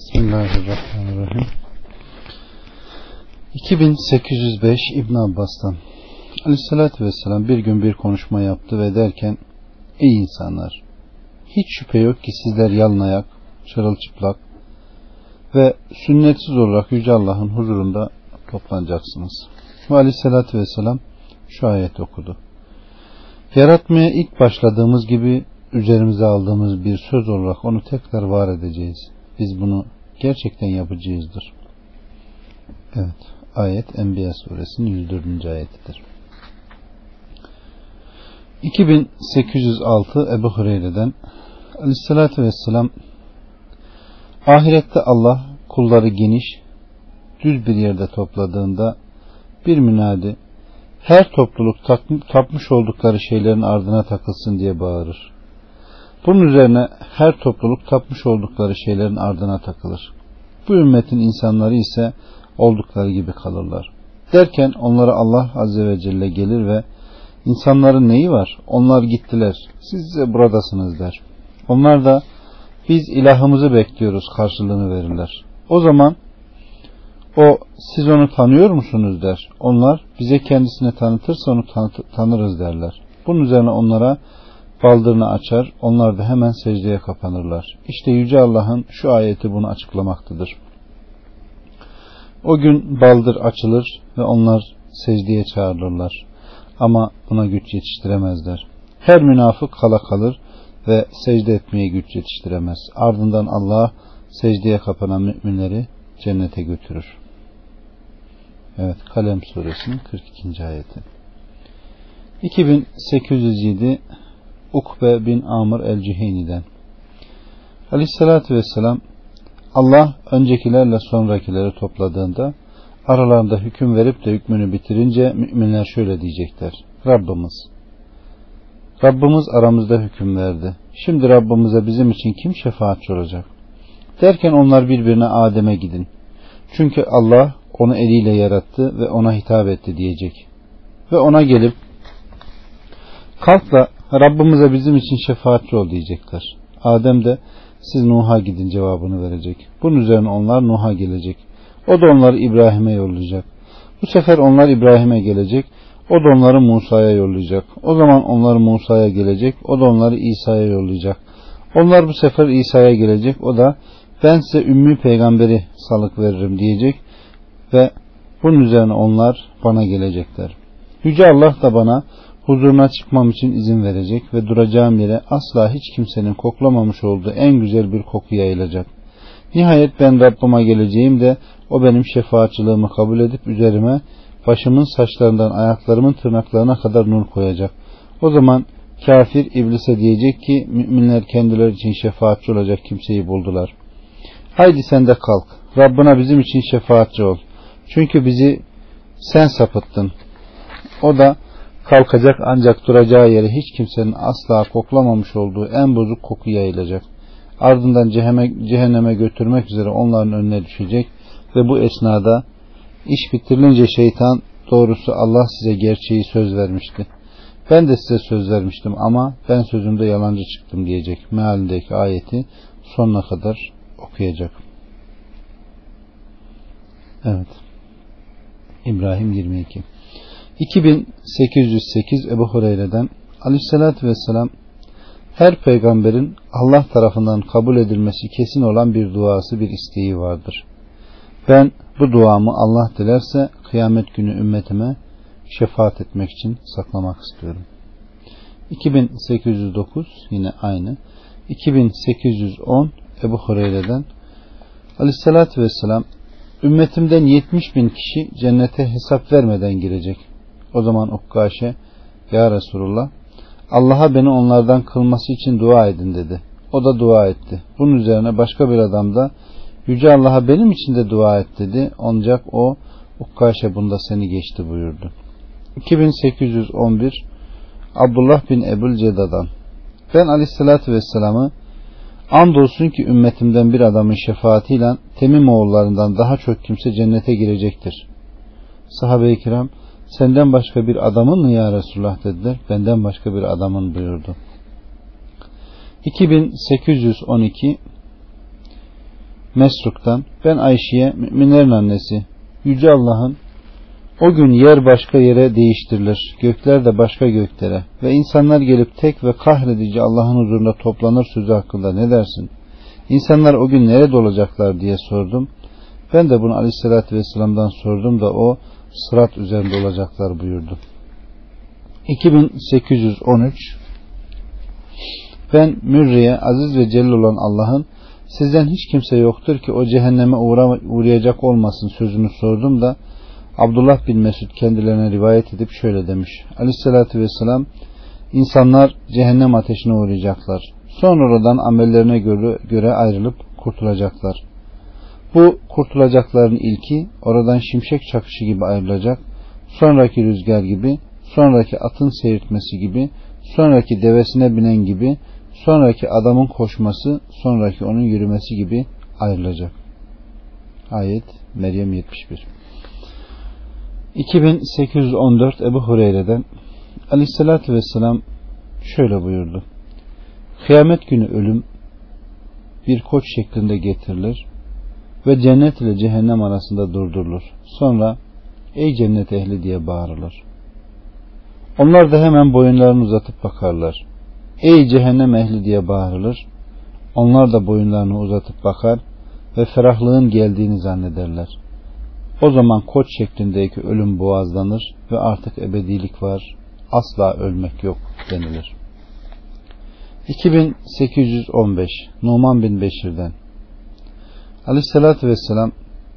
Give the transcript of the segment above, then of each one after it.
Bismillahirrahmanirrahim. 2805 İbn Abbas'tan Aleyhisselatü Vesselam bir gün bir konuşma yaptı ve derken: Ey insanlar! Hiç şüphe yok ki sizler yalnayak, çırılçıplak ve sünnetsiz olarak Yüce Allah'ın huzurunda toplanacaksınız. Ve Aleyhisselatü Vesselam şu ayet okudu. Yaratmaya ilk başladığımız gibi üzerimize aldığımız bir söz olarak onu tekrar var edeceğiz. Biz bunu gerçekten yapacağızdır. Evet, ayet Enbiya suresinin 104. ayetidir. 2806 Ebu Hureyre'den Aleyhisselatü Vesselam: ahirette Allah kulları geniş, düz bir yerde topladığında bir münadi her topluluk tapmış oldukları şeylerin ardına takılsın diye bağırır. Bunun üzerine her topluluk tapmış oldukları şeylerin ardına takılır. Bu ümmetin insanları ise oldukları gibi kalırlar. Derken onlara Allah Azze ve Celle gelir ve insanların neyi var? Onlar gittiler. Siz ise buradasınız der. Onlar da biz ilahımızı bekliyoruz karşılığını verirler. O zaman o siz onu tanıyor musunuz der. Onlar bize kendisini tanıtırsa onu tanırız derler. Bunun üzerine onlara baldırını açar. Onlar da hemen secdeye kapanırlar. İşte Yüce Allah'ın şu ayeti bunu açıklamaktadır. O gün baldır açılır ve onlar secdeye çağrılırlar. Ama buna güç yetiştiremezler. Her münafık kala kalır ve secde etmeye güç yetiştiremez. Ardından Allah secdeye kapanan müminleri cennete götürür. Evet, Kalem suresinin 42. ayeti. 2807 Ukbe bin Amr el-Cihini'den Aleyhissalatü Vesselam: Allah öncekilerle sonrakileri topladığında aralarında hüküm verip de hükmünü bitirince müminler şöyle diyecekler: Rabbimiz aramızda hüküm verdi. Şimdi Rabbimize bizim için kim şefaatçi olacak? Derken onlar birbirine Adem'e gidin. Çünkü Allah onu eliyle yarattı ve ona hitap etti diyecek. Ve ona gelip kalk da Rabbimize bizim için şefaatçi ol diyecekler. Adem de siz Nuh'a gidin cevabını verecek. Bunun üzerine onlar Nuh'a gelecek. O da onları İbrahim'e yollayacak. Bu sefer onlar İbrahim'e gelecek. O da onları Musa'ya yollayacak. O zaman onlar Musa'ya gelecek. O da onları İsa'ya yollayacak. Onlar bu sefer İsa'ya gelecek. O da ben size ümmi peygamberi salık veririm diyecek. Ve bunun üzerine onlar bana gelecekler. Yüce Allah da bana huzuruna çıkmam için izin verecek ve duracağım yere asla hiç kimsenin koklamamış olduğu en güzel bir koku yayılacak. Nihayet ben Rabbime geleceğim de o benim şefaatçılığımı kabul edip üzerime başımın saçlarından ayaklarımın tırnaklarına kadar nur koyacak. O zaman kafir iblise diyecek ki müminler kendileri için şefaatçi olacak kimseyi buldular. Haydi sen de kalk. Rabbına bizim için şefaatçi ol. Çünkü bizi sen sapıttın. O da kalkacak ancak duracağı yere hiç kimsenin asla koklamamış olduğu en bozuk koku yayılacak. Ardından cehenneme götürmek üzere onların önüne düşecek ve bu esnada iş bitirilince şeytan doğrusu Allah size gerçeği söz vermişti. Ben de size söz vermiştim ama ben sözümde yalancı çıktım diyecek. Mealindeki ayeti sonuna kadar okuyacak. Evet. İbrahim 22. 2808 Ebu Hureyre'den Aleyhisselatü Vesselam: her peygamberin Allah tarafından kabul edilmesi kesin olan bir duası, bir isteği vardır. Ben bu duamı Allah dilerse kıyamet günü ümmetime şefaat etmek için saklamak istiyorum. 2809 yine aynı. 2810 Ebu Hureyre'den Aleyhisselatü Vesselam: ümmetimden 70.000 kişi cennete hesap vermeden girecek. O zaman Ukkaşe: ya Resulullah, Allah'a beni onlardan kılması için dua edin dedi. O da dua etti. Bunun üzerine başka bir adam da Yüce Allah'a benim için de dua et dedi. Ancak o Ukkaşe bunda seni geçti buyurdu. 2811 Abdullah bin Ebul Ceda'dan ben Aleyhisselatü Vesselam'ı andolsun ki ümmetimden bir adamın şefaatiyle Temim oğullarından daha çok kimse cennete girecektir. Sahabe-i kiram senden başka bir adamın mı ya Resulullah dediler. Benden başka bir adamın buyurdu. 2812 Mesruk'tan, ben Ayşe'ye, müminlerin annesi, Yüce Allah'ın o gün yer başka yere değiştirilir, gökler de başka göklere ve insanlar gelip tek ve kahredici Allah'ın huzurunda toplanır sözü hakkında ne dersin? İnsanlar o gün nerede olacaklar diye sordum. Ben de bunu Aleyhisselatü Vesselam'dan sordum da o sırat üzerinde olacaklar buyurdu. 2813 Ben Mürri'ye aziz ve celil olan Allah'ın sizden hiç kimse yoktur ki o cehenneme uğrayacak olmasın sözünü sordum da Abdullah bin Mesud kendilerine rivayet edip şöyle demiş. Aleyhissalatü vesselam insanlar cehennem ateşine uğrayacaklar. Sonra oradan amellerine göre ayrılıp kurtulacaklar. Bu kurtulacakların ilki oradan şimşek çakışı gibi ayrılacak. Sonraki rüzgar gibi, sonraki atın seyirtmesi gibi, sonraki devesine binen gibi, sonraki adamın koşması, sonraki onun yürümesi gibi ayrılacak. Ayet Meryem 71. 2814 Ebu Hureyre'den Aleyhisselatü Vesselam şöyle buyurdu. Kıyamet günü ölüm bir koç şeklinde getirilir ve cennet ile cehennem arasında durdurulur. Sonra ey cennet ehli diye bağırılır. Onlar da hemen boyunlarını uzatıp bakarlar. Ey cehennem ehli diye bağırılır. Onlar da boyunlarını uzatıp bakar ve ferahlığın geldiğini zannederler. O zaman koç şeklindeki ölüm boğazlanır ve artık ebedilik var, asla ölmek yok denilir. 2815 Numan bin Beşir'den Aleyhisselatü Vesselam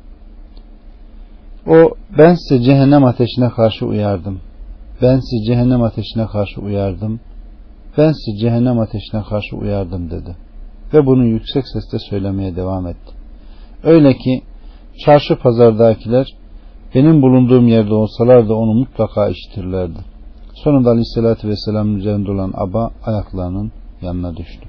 ben size cehennem ateşine karşı uyardım. Ben size cehennem ateşine karşı uyardım. Ben size cehennem ateşine karşı uyardım dedi. Ve bunu yüksek sesle söylemeye devam etti. Öyle ki çarşı pazardakiler benim bulunduğum yerde olsalar da onu mutlaka işitirlerdi. Sonunda Aleyhisselatü Vesselam'ın üzerinde olan aba ayaklarının yanına düştü.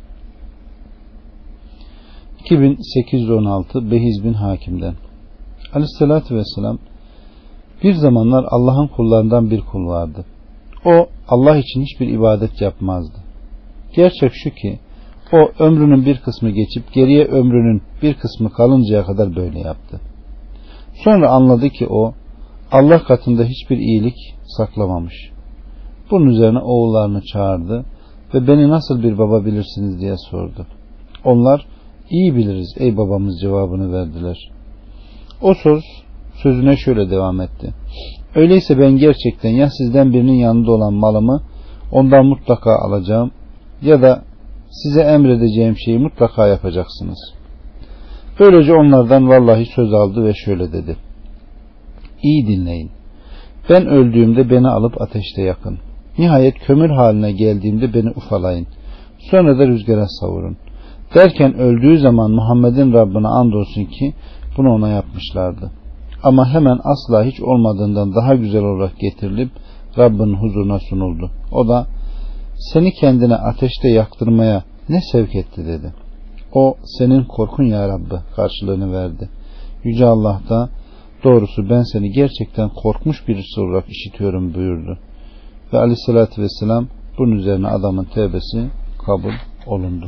2816 Behiz bin Hakim'den Aleyhisselatü Vesselam bir zamanlar Allah'ın kullarından bir kul vardı. O Allah için hiçbir ibadet yapmazdı. Gerçek şu ki o ömrünün bir kısmı geçip geriye ömrünün bir kısmı kalıncaya kadar böyle yaptı. Sonra anladı ki o Allah katında hiçbir iyilik saklamamış. Bunun üzerine oğullarını çağırdı ve beni nasıl bir baba bilirsiniz diye sordu. Onlar iyi biliriz ey babamız cevabını verdiler. O sözüne şöyle devam etti. Öyleyse ben gerçekten ya sizden birinin yanında olan malımı ondan mutlaka alacağım ya da size emredeceğim şeyi mutlaka yapacaksınız. Böylece onlardan vallahi söz aldı ve şöyle dedi. İyi dinleyin. Ben öldüğümde beni alıp ateşte yakın. Nihayet kömür haline geldiğimde beni ufalayın. Sonra da rüzgara savurun. Derken öldüğü zaman Muhammed'in Rabbine andolsun ki bunu ona yapmışlardı. Ama hemen asla hiç olmadığından daha güzel olarak getirilip Rabbinin huzuruna sunuldu. O da seni kendine ateşte yaktırmaya ne sevk etti dedi. O senin korkun ya Rabbi karşılığını verdi. Yüce Allah da doğrusu ben seni gerçekten korkmuş birisi olarak işitiyorum buyurdu. Ve Aleyhisselatü Vesselam bunun üzerine adamın tevbesi kabul olundu.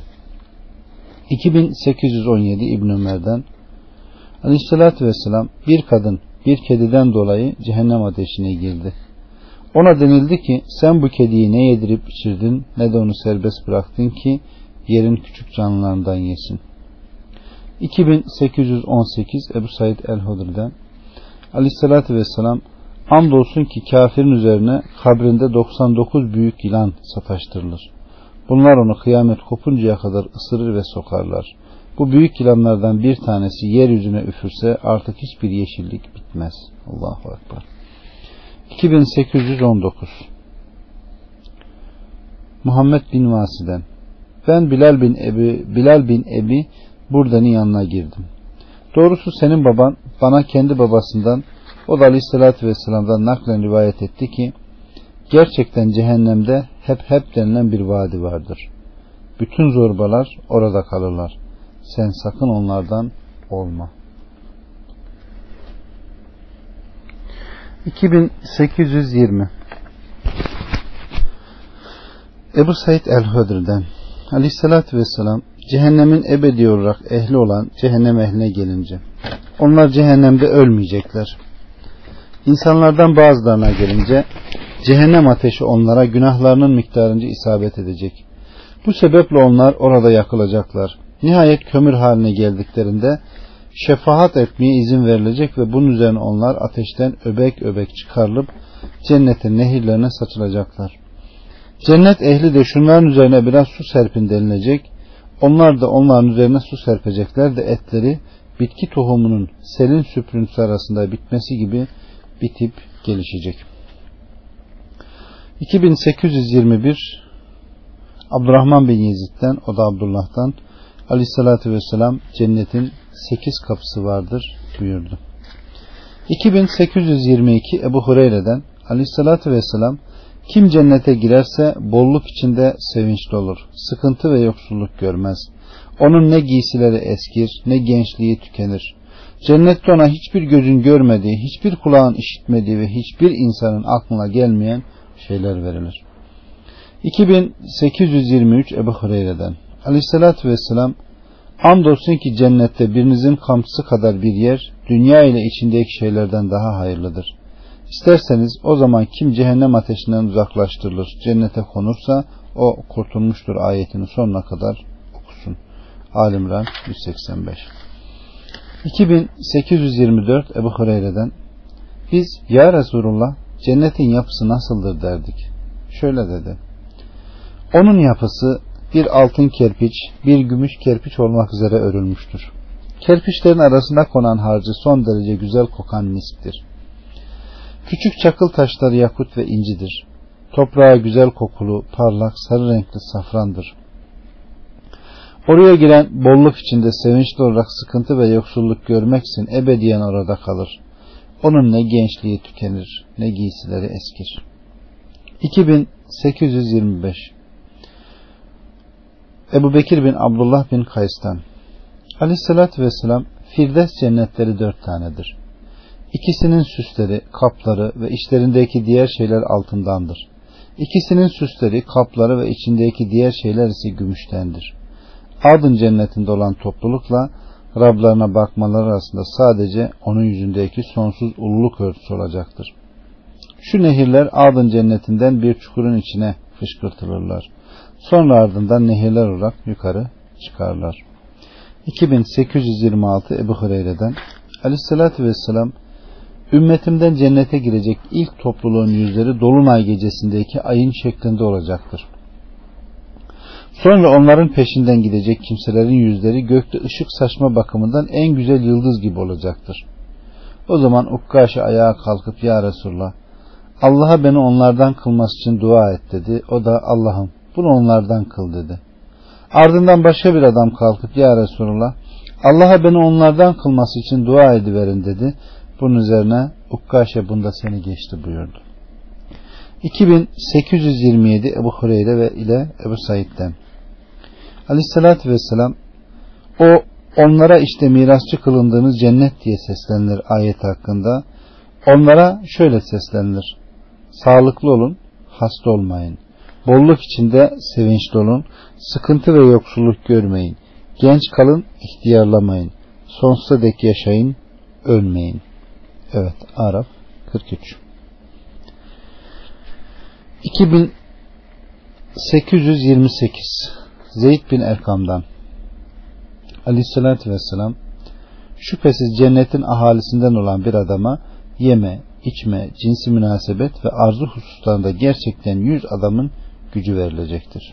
2817 İbn Ömer'den Aleyhisselatü Vesselam bir kadın bir kediden dolayı cehennem ateşine girdi. Ona denildi ki sen bu kediyi ne yedirip içirdin ne de onu serbest bıraktın ki yerin küçük canlılarından yesin. 2818 Ebu Said el-Hudri'den Aleyhisselatü Vesselam andolsun ki kafirin üzerine kabrinde 99 büyük yılan sataştırılır. Bunlar onu kıyamet kopuncaya kadar ısırır ve sokarlar. Bu büyük yılanlardan bir tanesi yeryüzüne üfürse artık hiçbir yeşillik bitmez. Allahu Ekber. 2819 Muhammed bin Vasi'den ben Bilal bin Ebi Burdan'ın yanına girdim. Doğrusu senin baban bana kendi babasından, o da Aleyhisselatü Vesselam'dan naklen rivayet etti ki gerçekten cehennemde hep denilen bir vadi vardır. Bütün zorbalar orada kalırlar. Sen sakın onlardan olma. 2820 Ebu Said el-Hudri'den Aleyhissalatü vesselam cehennemin ebedi olarak ehli olan cehennem ehline gelince onlar cehennemde ölmeyecekler. İnsanlardan bazılarına gelince cehennem ateşi onlara günahlarının miktarınca isabet edecek. Bu sebeple onlar orada yakılacaklar. Nihayet kömür haline geldiklerinde şefaat etmeye izin verilecek ve bunun üzerine onlar ateşten öbek öbek çıkarılıp cennetin nehirlerine saçılacaklar. Cennet ehli de şunların üzerine biraz su serpin denilecek. Onlar da onların üzerine su serpecekler de etleri bitki tohumunun selin süprüntüsü arasında bitmesi gibi bitip gelişecek. 2821 Abdurrahman bin Yezid'den, o da Abdullah'tan, Aleyhissalatü vesselam cennetin 8 kapısı vardır buyurdu. 2822 Ebu Hureyre'den, Aleyhissalatü vesselam kim cennete girerse bolluk içinde sevinçli olur, sıkıntı ve yoksulluk görmez. Onun ne giysileri eskir, ne gençliği tükenir. Cennette ona hiçbir gözün görmediği, hiçbir kulağın işitmediği ve hiçbir insanın aklına gelmeyen şeyler verilir. 2823 Ebu Hureyre'den, Aleyhissalatü vesselam andolsun ki cennette birinizin kamçısı kadar bir yer dünya ile içindeki şeylerden daha hayırlıdır. İsterseniz o zaman kim cehennem ateşinden uzaklaştırılır, cennete konursa o kurtulmuştur ayetini sonuna kadar okusun. Ali-İmran 185. 2824 Ebu Hureyre'den, biz ya Resulullah cennetin yapısı nasıldır derdik. Şöyle dedi: onun yapısı bir altın kerpiç, bir gümüş kerpiç olmak üzere örülmüştür. Kerpiçlerin arasında konan harcı son derece güzel kokan misktir. Küçük çakıl taşları yakut ve incidir. Toprağı güzel kokulu, parlak, sarı renkli safrandır. Oraya giren bolluk içinde sevinçli olarak sıkıntı ve yoksulluk görmeksizin ebediyen orada kalır. Onun ne gençliği tükenir, ne giysileri eskir. 2825 Ebu Bekir bin Abdullah bin Kays'tan, Aleyhissalatü vesselam Firdevs cennetleri 4 tanedir. İkisinin süsleri, kapları ve içlerindeki diğer şeyler altındandır. İkisinin süsleri, kapları ve içindeki diğer şeyler ise gümüştendir. Adın cennetinde olan toplulukla Rablarına bakmaları arasında sadece onun yüzündeki sonsuz ululuk örtüsü olacaktır. Şu nehirler Adın cennetinden bir çukurun içine fışkırtılırlar. Sonra ardından nehirler olarak yukarı çıkarlar. 2826 Ebu Hureyre'den, Aleyhissalatü vesselam ümmetimden cennete girecek ilk topluluğun yüzleri dolunay gecesindeki ayın şeklinde olacaktır. Sonra onların peşinden gidecek kimselerin yüzleri gökte ışık saçma bakımından en güzel yıldız gibi olacaktır. O zaman Ukkaşe ayağa kalkıp ya Resulullah, Allah'a beni onlardan kılması için dua et dedi. O da Allah'ım bunu onlardan kıl dedi. Ardından başka bir adam kalkıp ya Resulullah, Allah'a beni onlardan kılması için dua ediverin dedi. Bunun üzerine Ukkaşe bunda seni geçti buyurdu. 2827 Ebu Hureyre ve ile Ebu Said'den, Aleyhissalatü vesselam o onlara işte mirasçı kılındığınız cennet diye seslenilir ayet hakkında. Onlara şöyle seslenilir: sağlıklı olun, hasta olmayın. Bolluk içinde sevinçli olun, sıkıntı ve yoksulluk görmeyin. Genç kalın, ihtiyarlamayın. Sonsuza dek yaşayın, ölmeyin. Evet, Araf 43. 2828 Zeyd bin Erkam'dan, Aleyhissalatü vesselam şüphesiz cennetin ahalisinden olan bir adama yeme, içme, cinsi münasebet ve arzu hususlarında gerçekten 100 adamın gücü verilecektir.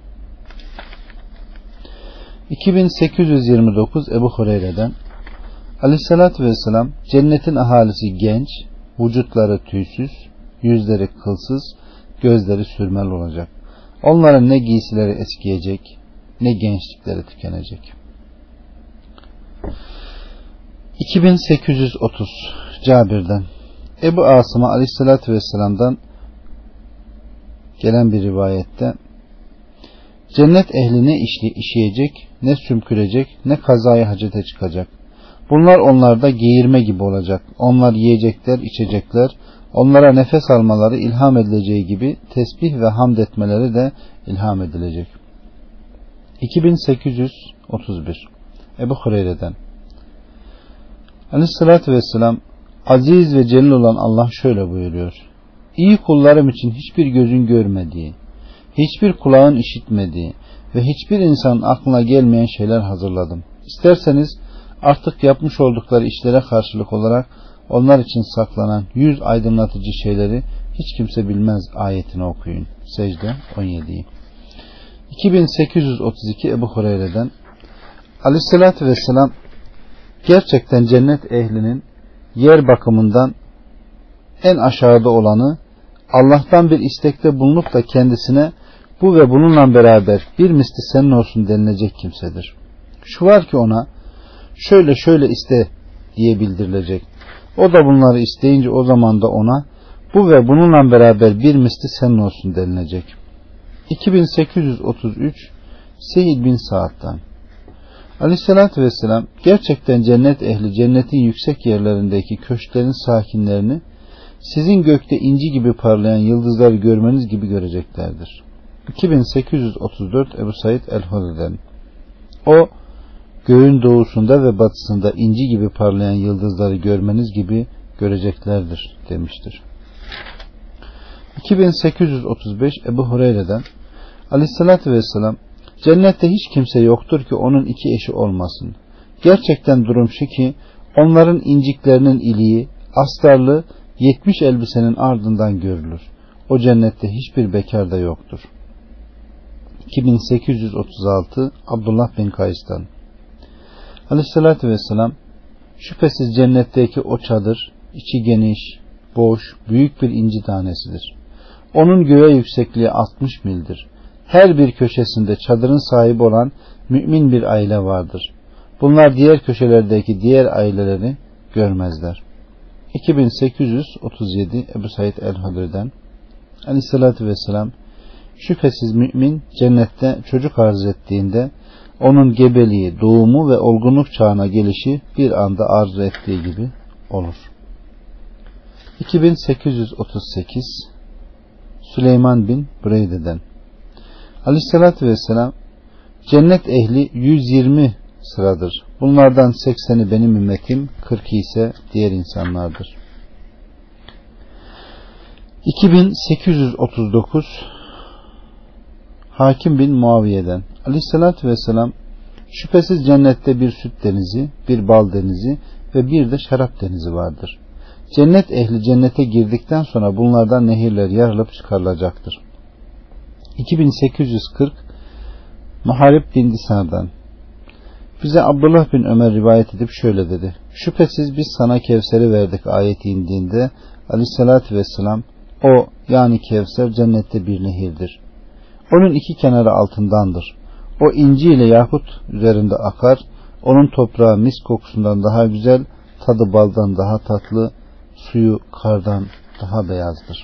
2829 Ebu Hureyre'den, Aleyhissalatü vesselam cennetin ahalisi genç, vücutları tüysüz, yüzleri kılsız, gözleri sürmeli olacak. Onların ne giysileri eskiyecek, ne gençlikleri tükenecek. 2830 Cabir'den, Ebu Asım'a Aleyhissalatü vesselam'dan gelen bir rivayette, cennet ehli ne işleyecek, ne sümkürecek, ne kazaya hacete çıkacak. Bunlar onlarda geğirme gibi olacak. Onlar yiyecekler, içecekler. Onlara nefes almaları ilham edileceği gibi tesbih ve hamd etmeleri de ilham edilecek. 2831 Ebu Hureyre'den Aleyhissalatü vesselam, aziz ve celil olan Allah şöyle buyuruyor: İyi kullarım için hiçbir gözün görmediği, hiçbir kulağın işitmediği ve hiçbir insanın aklına gelmeyen şeyler hazırladım. İsterseniz artık yapmış oldukları işlere karşılık olarak onlar için saklanan 100 aydınlatıcı şeyleri hiç kimse bilmez ayetini okuyun. Secde 17. 2832 Ebu Hureyre'den Aleyhisselatü vesselam, gerçekten cennet ehlinin yer bakımından en aşağıda olanı, Allah'tan bir istekte bulunup da kendisine bu ve bununla beraber bir misli senin olsun denilecek kimsedir. Şu var ki ona şöyle şöyle iste diye bildirilecek. O da bunları isteyince o zaman da ona bu ve bununla beraber bir misli senin olsun denilecek. 2833 Seyyid bin Sa'd'dan Aleyhisselatü vesselam, gerçekten cennet ehli cennetin yüksek yerlerindeki köşklerin sakinlerini sizin gökte inci gibi parlayan yıldızları görmeniz gibi göreceklerdir. 2834 Ebu Said el-Hudri'den o göğün doğusunda ve batısında inci gibi parlayan yıldızları görmeniz gibi göreceklerdir demiştir. 2835 Ebu Hureyre'den Aleyhisselatü vesselam, cennette hiç kimse yoktur ki onun iki eşi olmasın. Gerçekten durum şu ki onların inciklerinin iliği astarlı 70 elbisenin ardından görülür. O cennette hiçbir bekar da yoktur. 2836 Abdullah bin Kays'tan Aleyhisselatü vesselam, şüphesiz cennetteki o çadır içi geniş, boş, büyük bir inci tanesidir. Onun göğe yüksekliği 60 mildir. Her bir köşesinde çadırın sahibi olan mümin bir aile vardır. Bunlar diğer köşelerdeki diğer aileleri görmezler. 2837 Ebu Said el-Hudri'den Aleyhisselatü vesselam, şüphesiz mümin cennette çocuk arz ettiğinde onun gebeliği, doğumu ve olgunluk çağına gelişi bir anda arzu ettiği gibi olur. 2838 Süleyman bin Bureyde'den Aleyhisselatü vesselam, cennet ehli 120 sıradır. Bunlardan 80'i benim ümmetim, 40'ı ise diğer insanlardır. 2839 Hakim bin Muaviye'den Aleyhisselatü vesselam, şüphesiz cennette bir süt denizi, bir bal denizi ve bir de şarap denizi vardır. Cennet ehli cennete girdikten sonra bunlardan nehirler yarılıp çıkarılacaktır. 2840 Muharib bin Disar'dan bize Abdullah bin Ömer rivayet edip şöyle dedi: şüphesiz biz sana Kevser'i verdik ayeti indiğinde Aleyhisselatü vesselam, o yani Kevser cennette bir nehirdir. Onun iki kenarı altındandır. O inci ile yakut üzerinde akar. Onun toprağı mis kokusundan daha güzel, tadı baldan daha tatlı, suyu kardan daha beyazdır.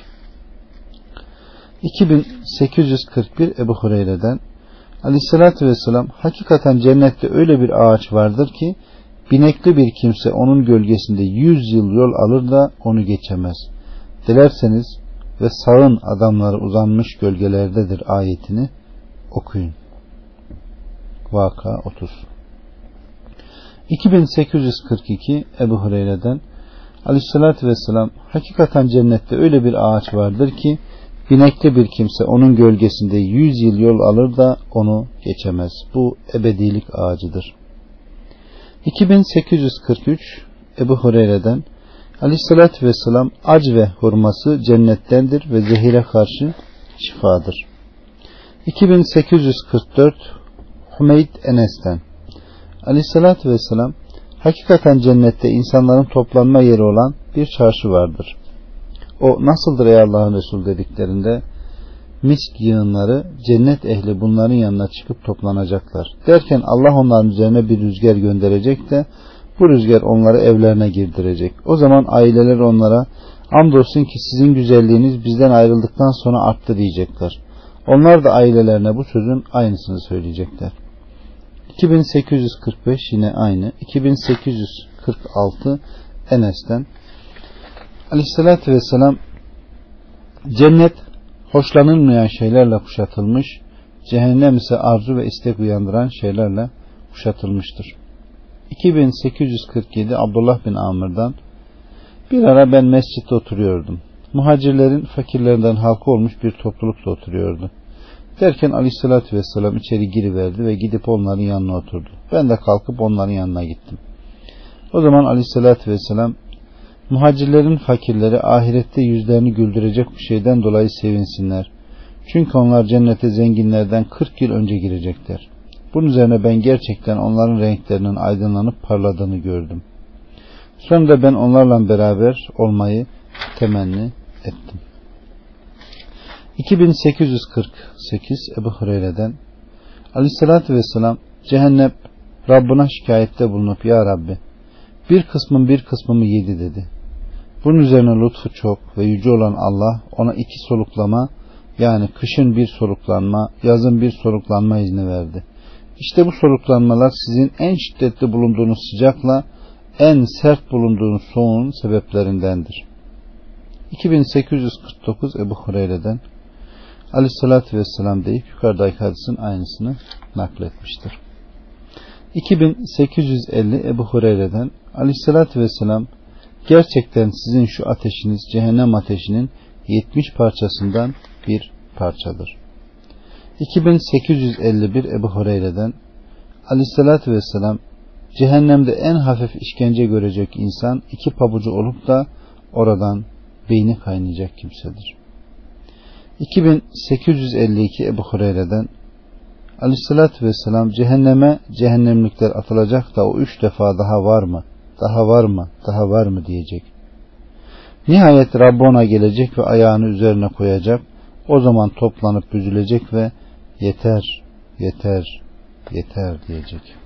2841 Ebu Hureyre'den Aleyhisselatü vesselam, hakikaten cennette öyle bir ağaç vardır ki binekli bir kimse onun gölgesinde 100 yıl yol alır da onu geçemez. Dilerseniz ve sağın adamları uzanmış gölgelerdedir ayetini okuyun. Vaka 30. 2842 Ebu Hureyre'den Aleyhisselatü vesselam, hakikaten cennette öyle bir ağaç vardır ki binekli bir kimse onun gölgesinde 100 yıl yol alır da onu geçemez. Bu ebedilik ağacıdır. 2843 Ebu Hureyre'den Aleyhisselatü vesselam, ac ve hurması cennettendir ve zehire karşı şifadır. 2844 Hümeyd Enes'ten Aleyhisselatü vesselam, hakikaten cennette insanların toplanma yeri olan bir çarşı vardır. O nasıldır ey Allah'ın Resulü dediklerinde, misk yığınları cennet ehli bunların yanına çıkıp toplanacaklar. Derken Allah onların üzerine bir rüzgar gönderecek de bu rüzgar onları evlerine girdirecek. O zaman aileler onlara, andolsun ki sizin güzelliğiniz bizden ayrıldıktan sonra arttı diyecekler. Onlar da ailelerine bu sözün aynısını söyleyecekler. 2845 yine aynı. 2846 Enes'ten Aleyhisselatü vesselam, cennet hoşlanılmayan şeylerle kuşatılmış, cehennem ise arzu ve istek uyandıran şeylerle kuşatılmıştır. 2847 Abdullah bin Amr'dan: bir ara ben mescitte oturuyordum. Muhacirlerin fakirlerinden halka olmuş bir toplulukla oturuyordu. Derken Aleyhisselatü Vesselam içeri giriverdi ve gidip onların yanına oturdu. Ben de kalkıp onların yanına gittim. O zaman Aleyhisselatü Vesselam, muhacirlerin fakirleri ahirette yüzlerini güldürecek bir şeyden dolayı sevinsinler. Çünkü onlar cennete zenginlerden 40 yıl önce girecekler. Bunun üzerine ben gerçekten onların renklerinin aydınlanıp parladığını gördüm. Sonra da ben onlarla beraber olmayı temenni ettim. 2848 Ebu Hureyre'den: Aleyhisselatü Vesselam cehennem Rabbına şikayette bulunup ya Rabbi bir kısmımı yedi dedi. Bunun üzerine lütfu çok ve yüce olan Allah ona 2 soluklama, yani kışın bir soluklanma, yazın bir soluklanma izni verdi. İşte bu soluklanmalar sizin en şiddetli bulunduğunuz sıcakla en sert bulunduğunuz soğuğun sebeplerindendir. 2849 Ebu Hureyre'den: Aleyhissalatü Vesselam deyip yukarıdaki hadisin aynısını nakletmiştir. 2850 Ebu Hureyre'den: Aleyhissalatü Vesselam gerçekten sizin şu ateşiniz cehennem ateşinin 70 parçasından bir parçadır. 2851 Ebu Hureyre'den: Aleyhissalatü Vesselam cehennemde en hafif işkence görecek insan 2 pabucu olup da oradan beyni kaynayacak kimsedir. 2852 Ebu Hureyre'den: Aleyhissalatü Vesselam cehenneme cehennemlikler atılacak da o 3 defa daha var mı? Daha var mı? Daha var mı diyecek. Nihayet Rabbi ona gelecek ve ayağını üzerine koyacak. O zaman toplanıp büzülecek ve yeter, yeter, yeter diyecek.